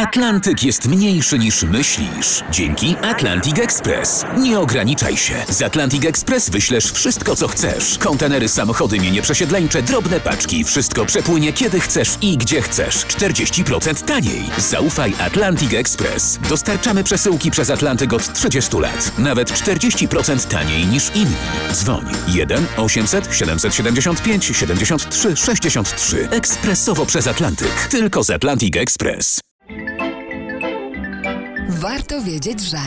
Atlantyk jest mniejszy niż myślisz. Dzięki Atlantic Express. Nie ograniczaj się. Z Atlantic Express wyślesz wszystko, co chcesz. Kontenery, samochody, mienie przesiedleńcze, drobne paczki. Wszystko przepłynie kiedy chcesz i gdzie chcesz. 40% taniej. Zaufaj Atlantic Express. Dostarczamy przesyłki przez Atlantyk od 30 lat. Nawet 40% taniej niż inni. Dzwoń 1 800 775 73 63. Ekspresowo przez Atlantyk. Tylko z Atlantic Express. Warto wiedzieć, że...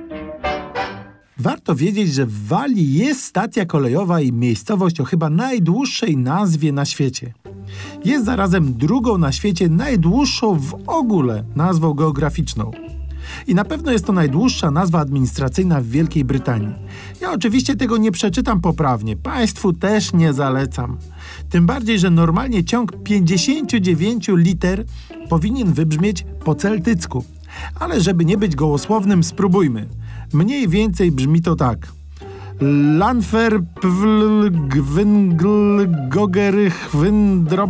Warto wiedzieć, że w Walii jest stacja kolejowa i miejscowość o chyba najdłuższej nazwie na świecie. Jest zarazem drugą na świecie najdłuższą w ogóle nazwą geograficzną. I na pewno jest to najdłuższa nazwa administracyjna w Wielkiej Brytanii. Ja oczywiście tego nie przeczytam poprawnie, Państwu też nie zalecam. Tym bardziej, że normalnie ciąg 59 liter powinien wybrzmieć po celtycku. Ale żeby nie być gołosłownym, spróbujmy. Mniej więcej brzmi to tak. Lanfer pwl gwingl gogery chwyndrob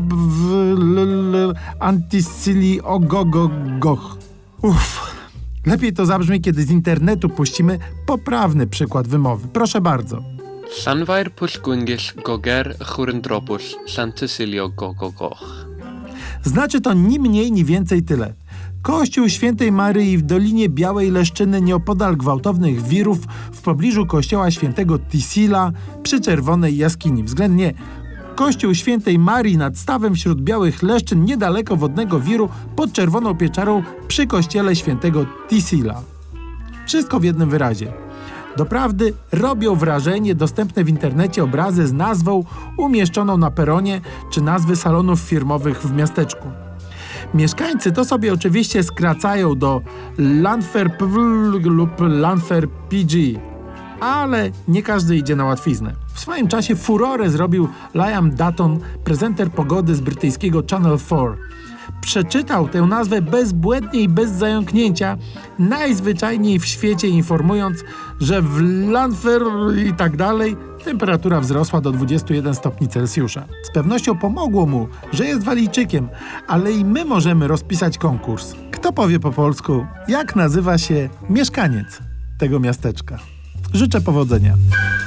antisili ogogogoch. Lepiej to zabrzmi, kiedy z internetu puścimy poprawny przykład wymowy. Proszę bardzo. Llanfair pwllgwyngyll goger chwrndrobwll Llantysilio gogogoch. Znaczy to ni mniej, ni więcej tyle. Kościół Świętej Maryi w Dolinie Białej Leszczyny nieopodal gwałtownych wirów w pobliżu kościoła Świętego Tisila przy Czerwonej Jaskini. Względnie Kościół Świętej Marii nad stawem wśród Białych Leszczyn niedaleko Wodnego Wiru pod Czerwoną Pieczarą przy kościele Świętego Tisila. Wszystko w jednym wyrazie. Doprawdy robią wrażenie dostępne w internecie obrazy z nazwą umieszczoną na peronie czy nazwy salonów firmowych w miasteczku. Mieszkańcy to sobie oczywiście skracają do Lanfer PW lub Lanfer PG, ale nie każdy idzie na łatwiznę. W swoim czasie furorę zrobił Liam Dutton, prezenter pogody z brytyjskiego Channel 4. Przeczytał tę nazwę bezbłędnie i bez zająknięcia, najzwyczajniej w świecie informując, że w Lanfer i tak dalej temperatura wzrosła do 21 stopni Celsjusza. Z pewnością pomogło mu, że jest Walijczykiem, ale i my możemy rozpisać konkurs. Kto powie po polsku, jak nazywa się mieszkaniec tego miasteczka? Życzę powodzenia.